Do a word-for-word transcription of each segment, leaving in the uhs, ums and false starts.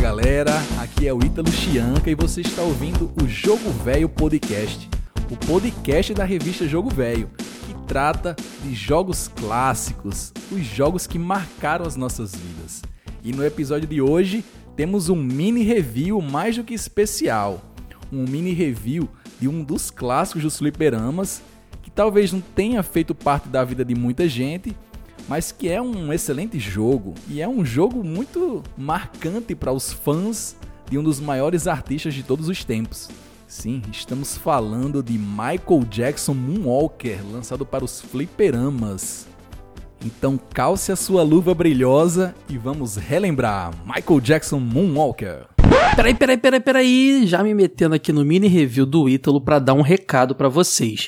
galera, aqui é o Ítalo Chianca e você está ouvindo o Jogo Velho Podcast, o podcast da revista Jogo Velho, que trata de jogos clássicos, os jogos que marcaram as nossas vidas. E no episódio de hoje temos um mini review mais do que especial, um mini review de um dos clássicos dos fliperamas, que talvez não tenha feito parte da vida de muita gente, mas que é um excelente jogo, e é um jogo muito marcante para os fãs de um dos maiores artistas de todos os tempos. Sim, estamos falando de Michael Jackson Moonwalker, lançado para os fliperamas. Então calce a sua luva brilhosa e vamos relembrar Michael Jackson Moonwalker. Peraí, peraí, peraí, peraí, já me metendo aqui no mini review do Ítalo para dar um recado para vocês.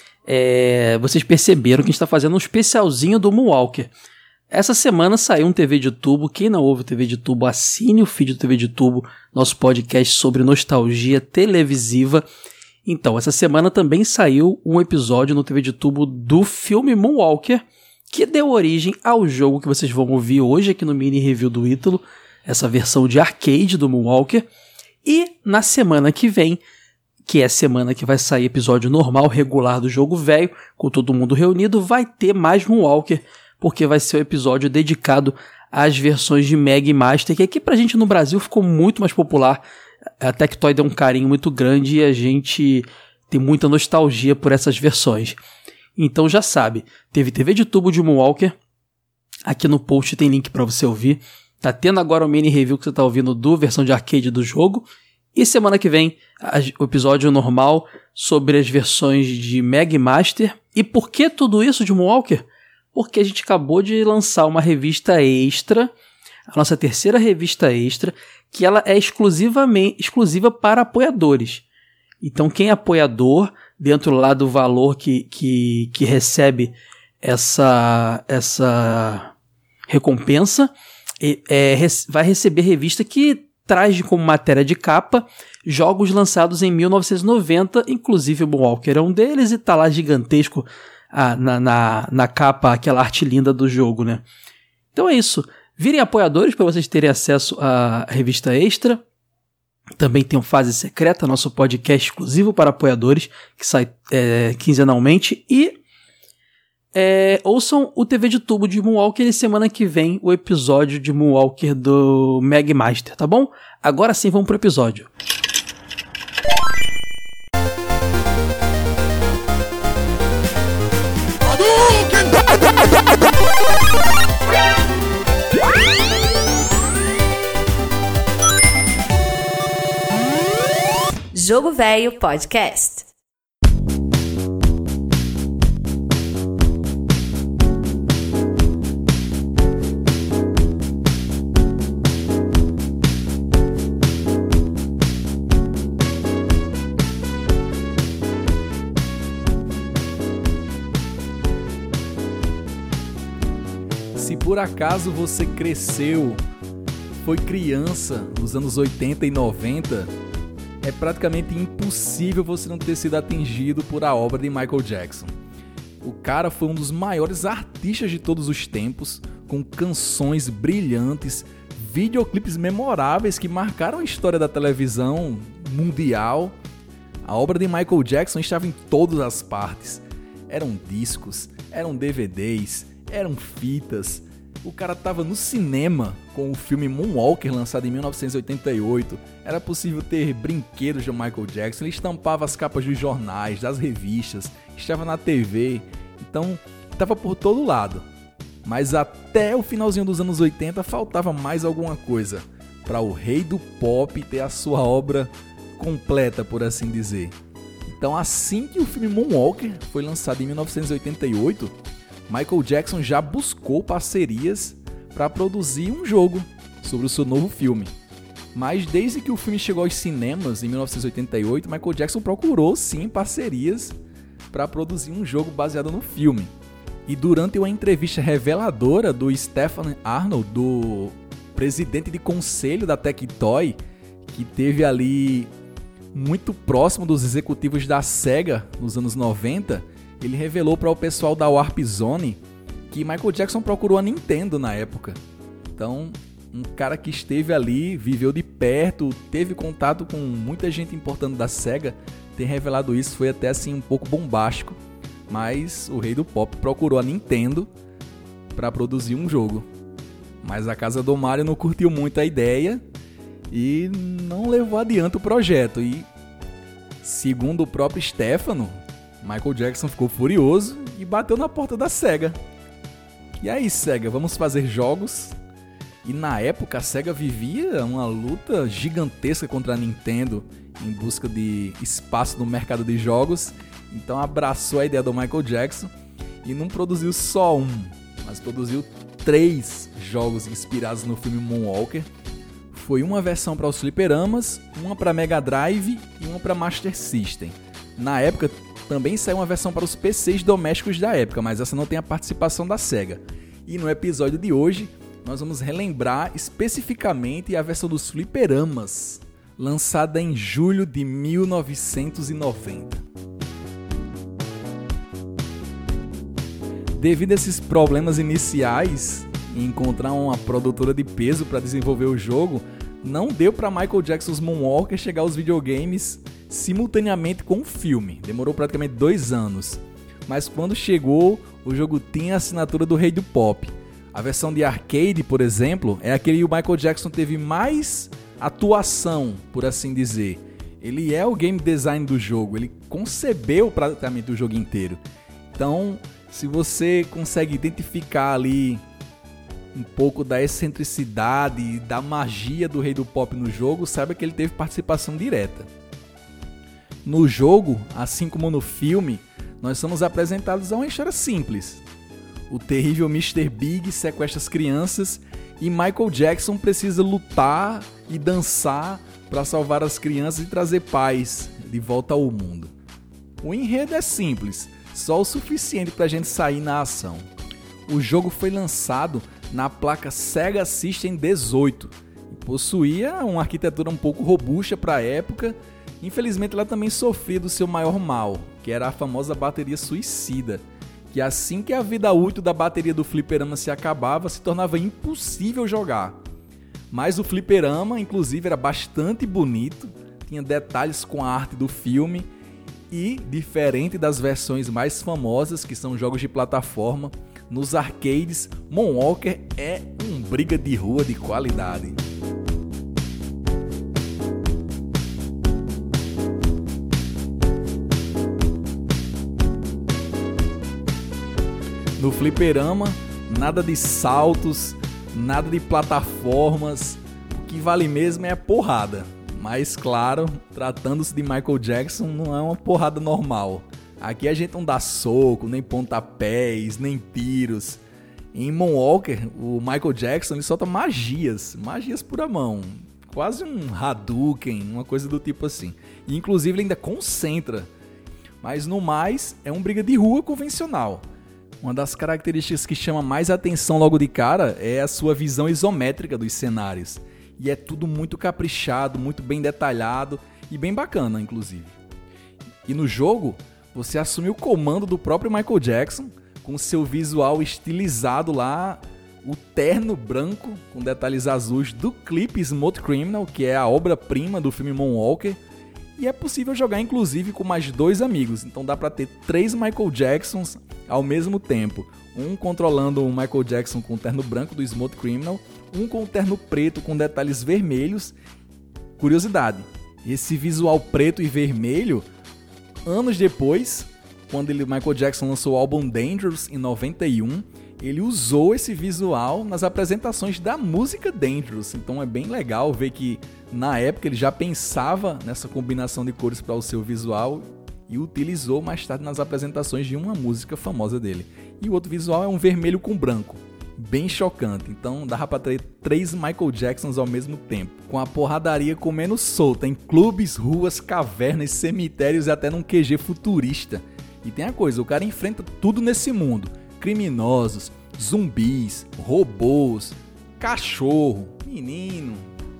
É, vocês perceberam que a gente está fazendo um especialzinho do Moonwalker. Essa semana saiu um T V de tubo. Quem não ouve o T V de tubo, assine o feed do T V de tubo, nosso podcast sobre nostalgia televisiva. Então, essa semana também saiu um episódio no T V de tubo do filme Moonwalker, que deu origem ao jogo que vocês vão ouvir hoje aqui no mini review do Ítalo, essa versão de arcade do Moonwalker. E na semana que vem, que é a semana que vai sair episódio normal, regular do Jogo Velho, com todo mundo reunido, vai ter mais Moonwalker, porque vai ser o um episódio dedicado às versões de Mega e Master, que aqui pra gente no Brasil ficou muito mais popular. A Tectoy deu um carinho muito grande e a gente tem muita nostalgia por essas versões. Então já sabe, teve T V de tubo de Moonwalker, aqui no post tem link pra você ouvir. Tá tendo agora o mini review que você tá ouvindo do versão de arcade do jogo. E semana que vem, o episódio normal sobre as versões de Mega e Master. E por que tudo isso de Moonwalker? Porque a gente acabou de lançar uma revista extra, a nossa terceira revista extra, que ela é exclusivamente, exclusiva para apoiadores. Então quem é apoiador, dentro lá do valor que, que, que recebe essa, essa recompensa, é, vai receber revista que traz como matéria de capa jogos lançados em mil novecentos e noventa, inclusive o Moonwalker é um deles e tá lá gigantesco ah, na, na, na capa, aquela arte linda do jogo, né? Então é isso. Virem apoiadores para vocês terem acesso à revista extra. Também tem o Fase Secreta, nosso podcast exclusivo para apoiadores, que sai é, quinzenalmente. E É, ouçam o T V de tubo de Moonwalker e semana que vem o episódio de Moonwalker do Mega Master, tá bom? Agora sim, vamos pro episódio. Jogo Velho Podcast. Se por acaso você cresceu, foi criança nos anos oitenta e noventa, é praticamente impossível você não ter sido atingido por a obra de Michael Jackson. O cara foi um dos maiores artistas de todos os tempos, com canções brilhantes, videoclipes memoráveis que marcaram a história da televisão mundial. A obra de Michael Jackson estava em todas as partes. Eram discos, eram D V Ds, eram fitas. O cara tava no cinema com o filme Moonwalker, lançado em mil novecentos e oitenta e oito. Era possível ter brinquedos de Michael Jackson. Ele estampava as capas dos jornais, das revistas, estava na T V. Então, estava por todo lado. Mas até o finalzinho dos anos oitenta faltava mais alguma coisa para o rei do pop ter a sua obra completa, por assim dizer. Então, assim que o filme Moonwalker foi lançado em mil novecentos e oitenta e oito, Michael Jackson já buscou parcerias para produzir um jogo sobre o seu novo filme. Mas desde que o filme chegou aos cinemas em mil novecentos e oitenta e oito, Michael Jackson procurou sim parcerias para produzir um jogo baseado no filme. E durante uma entrevista reveladora do Stephen Arnold, do presidente de conselho da Tectoy, que teve ali muito próximo dos executivos da Sega nos anos noventa, ele revelou para o pessoal da Warp Zone que Michael Jackson procurou a Nintendo na época. Então, um cara que esteve ali, viveu de perto, teve contato com muita gente importante da SEGA, ter revelado isso foi até assim um pouco bombástico, mas o rei do pop procurou a Nintendo para produzir um jogo. Mas a casa do Mario não curtiu muito a ideia e não levou adiante o projeto. E, segundo o próprio Stefano, Michael Jackson ficou furioso e bateu na porta da SEGA. E aí, SEGA, vamos fazer jogos? E na época a SEGA vivia uma luta gigantesca contra a Nintendo em busca de espaço no mercado de jogos. Então abraçou a ideia do Michael Jackson e não produziu só um, mas produziu três jogos inspirados no filme Moonwalker. Foi uma versão para os fliperamas, uma para Mega Drive e uma para Master System. Na época também saiu uma versão para os P Cs domésticos da época, mas essa não tem a participação da SEGA. E no episódio de hoje nós vamos relembrar especificamente a versão dos fliperamas, lançada em julho de mil novecentos e noventa. Devido a esses problemas iniciais em encontrar uma produtora de peso para desenvolver o jogo, não deu para Michael Jackson's Moonwalker chegar aos videogames simultaneamente com o filme. Demorou praticamente dois anos. Mas quando chegou, o jogo tinha a assinatura do rei do pop. A versão de arcade, por exemplo, é aquele que o Michael Jackson teve mais atuação, por assim dizer. Ele é o game design do jogo, ele concebeu praticamente o jogo inteiro. Então, se você consegue identificar ali um pouco da excentricidade e da magia do rei do pop no jogo, saiba que ele teve participação direta. No jogo, assim como no filme, nós somos apresentados a uma história simples. O terrível mister Big sequestra as crianças e Michael Jackson precisa lutar e dançar para salvar as crianças e trazer paz de volta ao mundo. O enredo é simples, só o suficiente para a gente sair na ação. O jogo foi lançado na placa Sega System dezoito e possuía uma arquitetura um pouco robusta para a época. Infelizmente ela também sofria do seu maior mal, que era a famosa bateria suicida, que assim que a vida útil da bateria do fliperama se acabava, se tornava impossível jogar. Mas o fliperama, inclusive, era bastante bonito, tinha detalhes com a arte do filme e, diferente das versões mais famosas, que são jogos de plataforma, nos arcades, Moonwalker é um briga de rua de qualidade. No fliperama, nada de saltos, nada de plataformas, o que vale mesmo é a porrada. Mas claro, tratando-se de Michael Jackson, não é uma porrada normal. Aqui a gente não dá soco, nem pontapés, nem tiros. Em Moonwalker, o Michael Jackson ele solta magias, magias por a mão. Quase um Hadouken, uma coisa do tipo assim. E inclusive ele ainda concentra. Mas no mais, é um briga de rua convencional. Uma das características que chama mais atenção logo de cara é a sua visão isométrica dos cenários. E é tudo muito caprichado, muito bem detalhado e bem bacana, inclusive. E no jogo, você assume o comando do próprio Michael Jackson, com seu visual estilizado lá, o terno branco com detalhes azuis do clipe Smooth Criminal, que é a obra-prima do filme Moonwalker. E é possível jogar inclusive com mais dois amigos, então dá pra ter três Michael Jacksons ao mesmo tempo. Um controlando o Michael Jackson com o terno branco do Smooth Criminal, um com o terno preto com detalhes vermelhos. Curiosidade, esse visual preto e vermelho, anos depois, quando ele, Michael Jackson lançou o álbum Dangerous em noventa e um, ele usou esse visual nas apresentações da música Dangerous. Então é bem legal ver que na época ele já pensava nessa combinação de cores para o seu visual e utilizou mais tarde nas apresentações de uma música famosa dele. E o outro visual é um vermelho com branco, bem chocante. Então dava para ter três Michael Jacksons ao mesmo tempo, com a porradaria comendo solta em clubes, ruas, cavernas, cemitérios e até num Q G futurista. E tem a coisa, o cara enfrenta tudo nesse mundo: criminosos, zumbis, robôs, cachorro, menino.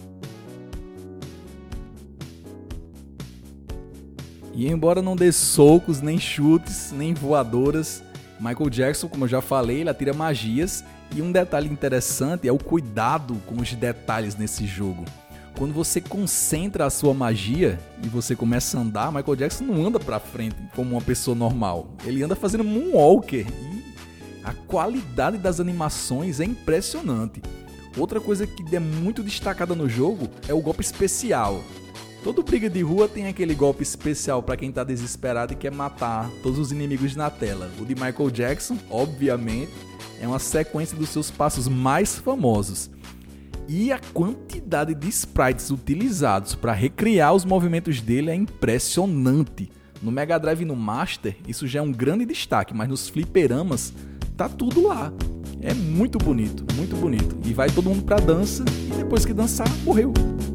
E embora não dê socos, nem chutes, nem voadoras, Michael Jackson, como eu já falei, ele atira magias E um detalhe interessante é o cuidado com os detalhes nesse jogo. Quando você concentra a sua magia e você começa a andar, Michael Jackson não anda pra frente como uma pessoa normal. Ele anda fazendo moonwalker e a qualidade das animações é impressionante. Outra coisa que é muito destacada no jogo é o golpe especial. Todo briga de rua tem aquele golpe especial para quem tá desesperado e quer matar todos os inimigos na tela. O de Michael Jackson, obviamente, é uma sequência dos seus passos mais famosos. E a quantidade de sprites utilizados para recriar os movimentos dele é impressionante. No Mega Drive e no Master, isso já é um grande destaque, mas nos fliperamas tá tudo lá. É muito bonito, muito bonito. E vai todo mundo pra dança e depois que dançar, morreu.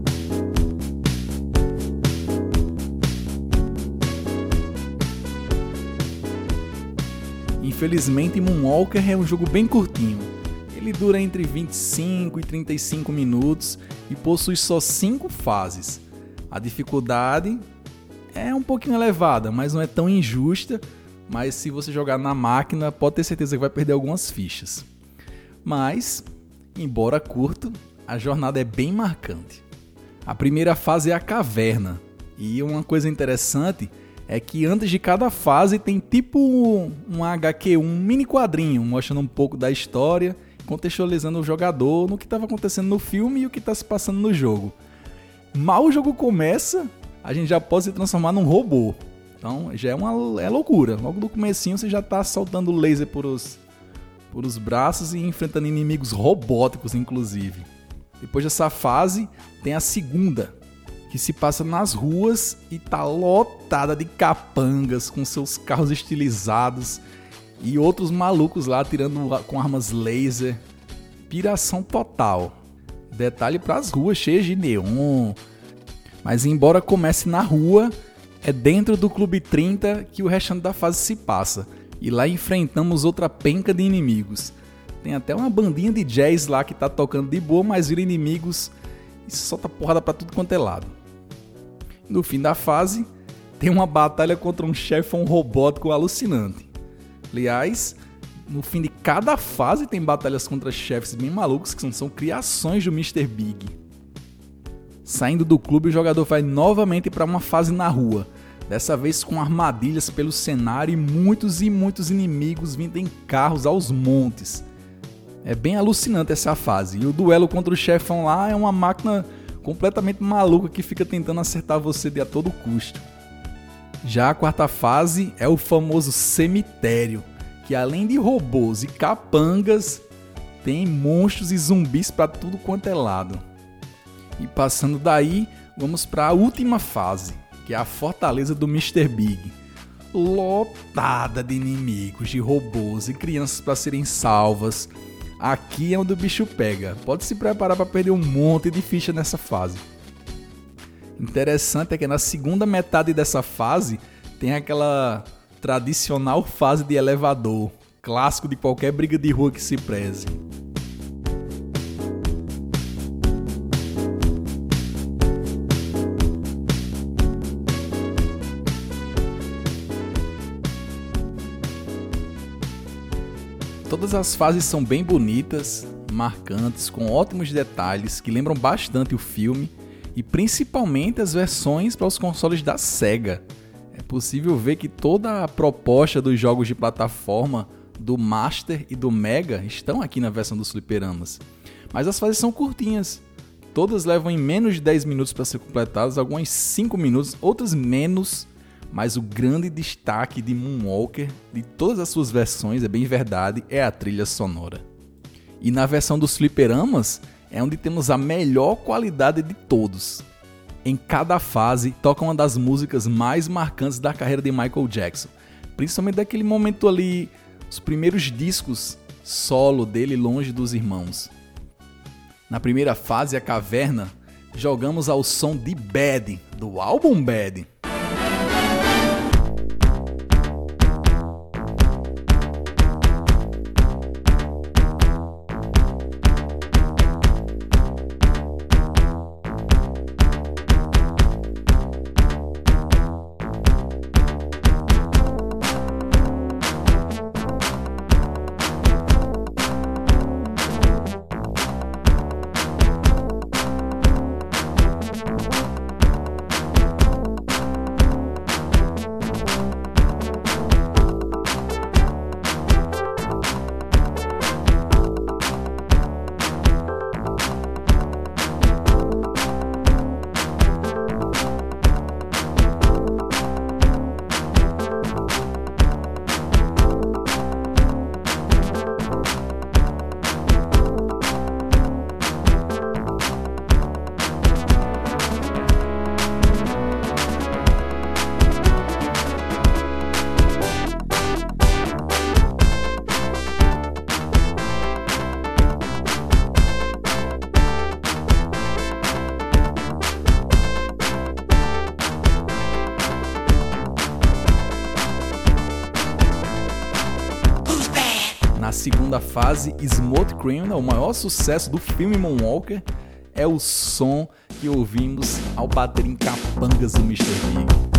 Infelizmente, Moonwalker é um jogo bem curtinho. Ele dura entre vinte e cinco e trinta e cinco minutos e possui só cinco fases. A dificuldade é um pouquinho elevada, mas não é tão injusta. Mas se você jogar na máquina, pode ter certeza que vai perder algumas fichas. Mas, embora curto, a jornada é bem marcante. A primeira fase é a caverna. E uma coisa interessante é que antes de cada fase tem tipo um H Q, um mini quadrinho, mostrando um pouco da história, contextualizando o jogador no que estava acontecendo no filme e o que está se passando no jogo. Mal o jogo começa, a gente já pode se transformar num robô. Então já é uma é loucura. Logo no comecinho você já está soltando laser por os, por os braços e enfrentando inimigos robóticos, inclusive. Depois dessa fase tem a segunda, que se passa nas ruas e tá lotada de capangas com seus carros estilizados e outros malucos lá atirando com armas laser. Piração total. Detalhe para as ruas cheias de neon. Mas embora comece na rua, é dentro do Clube trinta que o restante da fase se passa. E lá enfrentamos outra penca de inimigos. Tem até uma bandinha de jazz lá que tá tocando de boa, mas vira inimigos e solta porrada pra tudo quanto é lado. No fim da fase, tem uma batalha contra um chefão robótico alucinante. Aliás, no fim de cada fase tem batalhas contra chefes bem malucos que são criações do mister Big. Saindo do clube, o jogador vai novamente para uma fase na rua, dessa vez com armadilhas pelo cenário e muitos e muitos inimigos vindo em carros aos montes. É bem alucinante essa fase, e o duelo contra o chefão lá é uma máquina completamente maluca que fica tentando acertar você de a todo custo. Já a quarta fase é o famoso cemitério, que além de robôs e capangas, tem monstros e zumbis para tudo quanto é lado. E passando daí, vamos para a última fase, que é a fortaleza do mister Big. Lotada de inimigos, de robôs e crianças para serem salvas. Aqui é onde o bicho pega. Pode se preparar para perder um monte de ficha nessa fase. Interessante é que na segunda metade dessa fase tem aquela tradicional fase de elevador, clássico de qualquer briga de rua que se preze. Todas as fases são bem bonitas, marcantes, com ótimos detalhes que lembram bastante o filme e principalmente as versões para os consoles da Sega. É possível ver que toda a proposta dos jogos de plataforma do Master e do Mega estão aqui na versão dos fliperamas. Mas as fases são curtinhas, todas levam em menos de dez minutos para ser completadas, algumas cinco minutos, outras menos. Mas o grande destaque de Moonwalker, de todas as suas versões, é bem verdade, é a trilha sonora. E na versão dos fliperamas, é onde temos a melhor qualidade de todos. Em cada fase, toca uma das músicas mais marcantes da carreira de Michael Jackson. Principalmente daquele momento ali, os primeiros discos solo dele longe dos irmãos. Na primeira fase, a caverna, jogamos ao som de Bad, do álbum Bad. segunda fase, Smooth Criminal, o maior sucesso do filme Moonwalker, é o som que ouvimos ao bater em capangas do mister Big.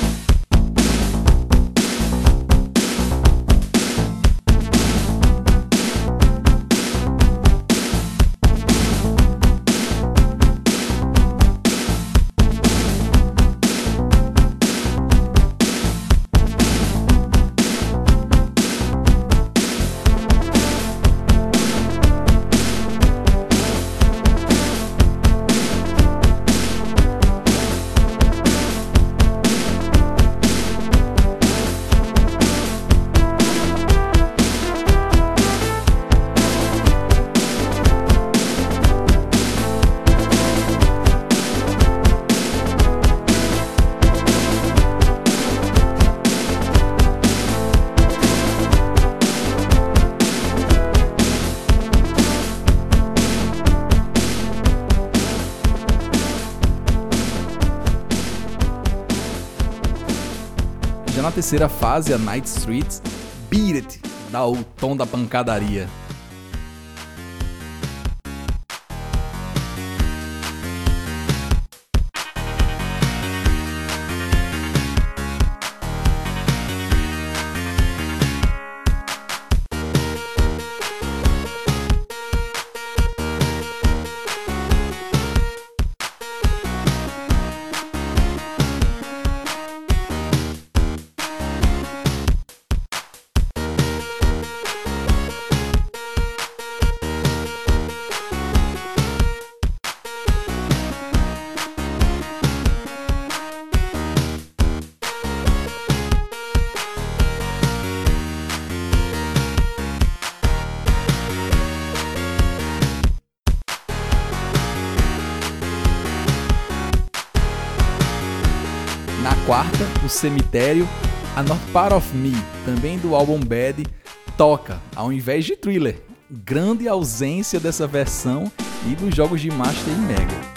Já na terceira fase, a Night Streets, Beat It, dá o tom da pancadaria. Na quarta, o Cemitério, A North Part of Me, também do álbum Bad, toca, ao invés de Thriller. Grande ausência dessa versão e dos jogos de Master e Mega.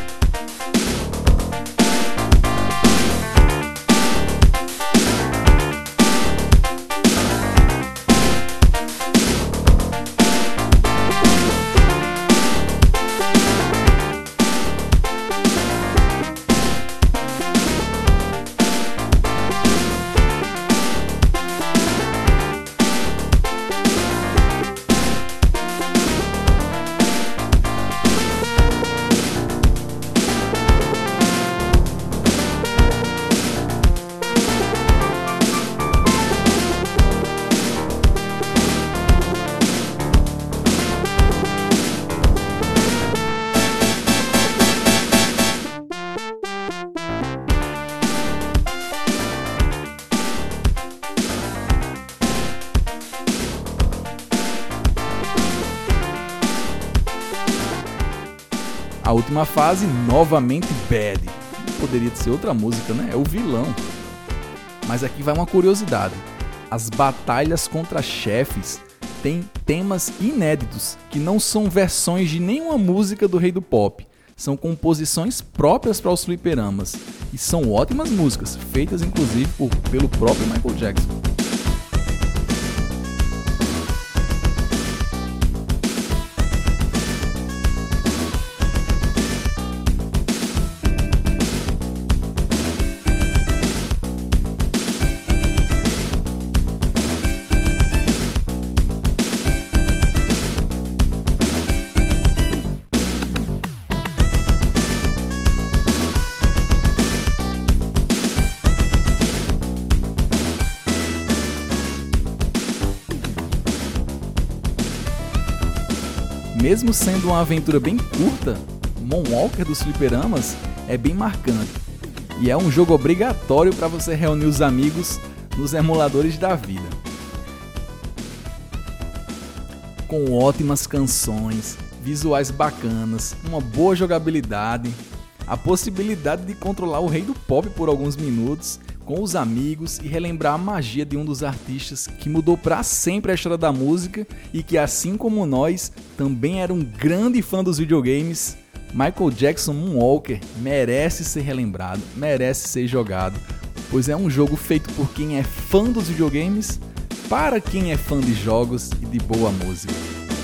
A última fase, novamente Bad. Poderia ser outra música, né? É o vilão. Mas aqui vai uma curiosidade. As batalhas contra chefes têm temas inéditos, que não são versões de nenhuma música do Rei do Pop. São composições próprias para os fliperamas. E são ótimas músicas, feitas inclusive por, pelo próprio Michael Jackson. Mesmo sendo uma aventura bem curta, Moonwalker dos fliperamas é bem marcante. E é um jogo obrigatório para você reunir os amigos nos emuladores da vida. Com ótimas canções, visuais bacanas, uma boa jogabilidade, a possibilidade de controlar o Rei do Pop por alguns minutos com os amigos e relembrar a magia de um dos artistas que mudou para sempre a história da música e que, assim como nós, também era um grande fã dos videogames. Michael Jackson Moonwalker merece ser relembrado, merece ser jogado, pois é um jogo feito por quem é fã dos videogames, para quem é fã de jogos e de boa música.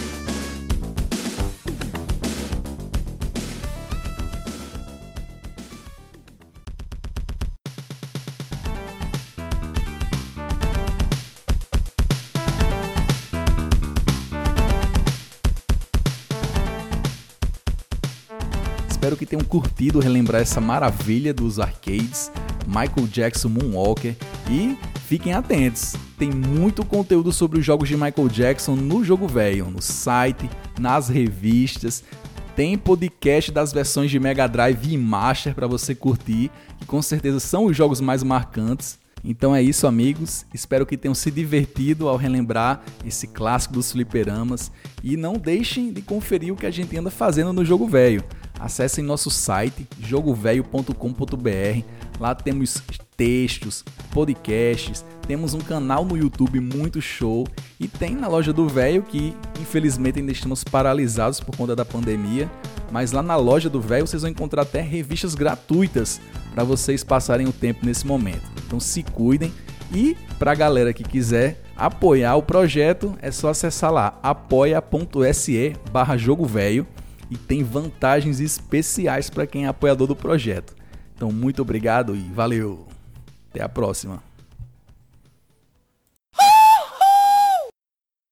Espero que tenham curtido relembrar essa maravilha dos arcades, Michael Jackson Moonwalker, e fiquem atentos, tem muito conteúdo sobre os jogos de Michael Jackson no Jogo Velho, no site, nas revistas, tem podcast das versões de Mega Drive e Master para você curtir, que com certeza são os jogos mais marcantes. Então é isso, amigos, espero que tenham se divertido ao relembrar esse clássico dos fliperamas e não deixem de conferir o que a gente anda fazendo no Jogo Velho. Acessem nosso site jogo velho ponto com ponto b r, lá temos textos, podcasts, temos um canal no YouTube muito show e tem na loja do Velho, que infelizmente ainda estamos paralisados por conta da pandemia, mas lá na loja do Velho vocês vão encontrar até revistas gratuitas para vocês passarem o tempo nesse momento. Então se cuidem e para a galera que quiser apoiar o projeto é só acessar lá apoia ponto se barra jogo velho e tem vantagens especiais para quem é apoiador do projeto. Então muito obrigado e valeu! Até a próxima!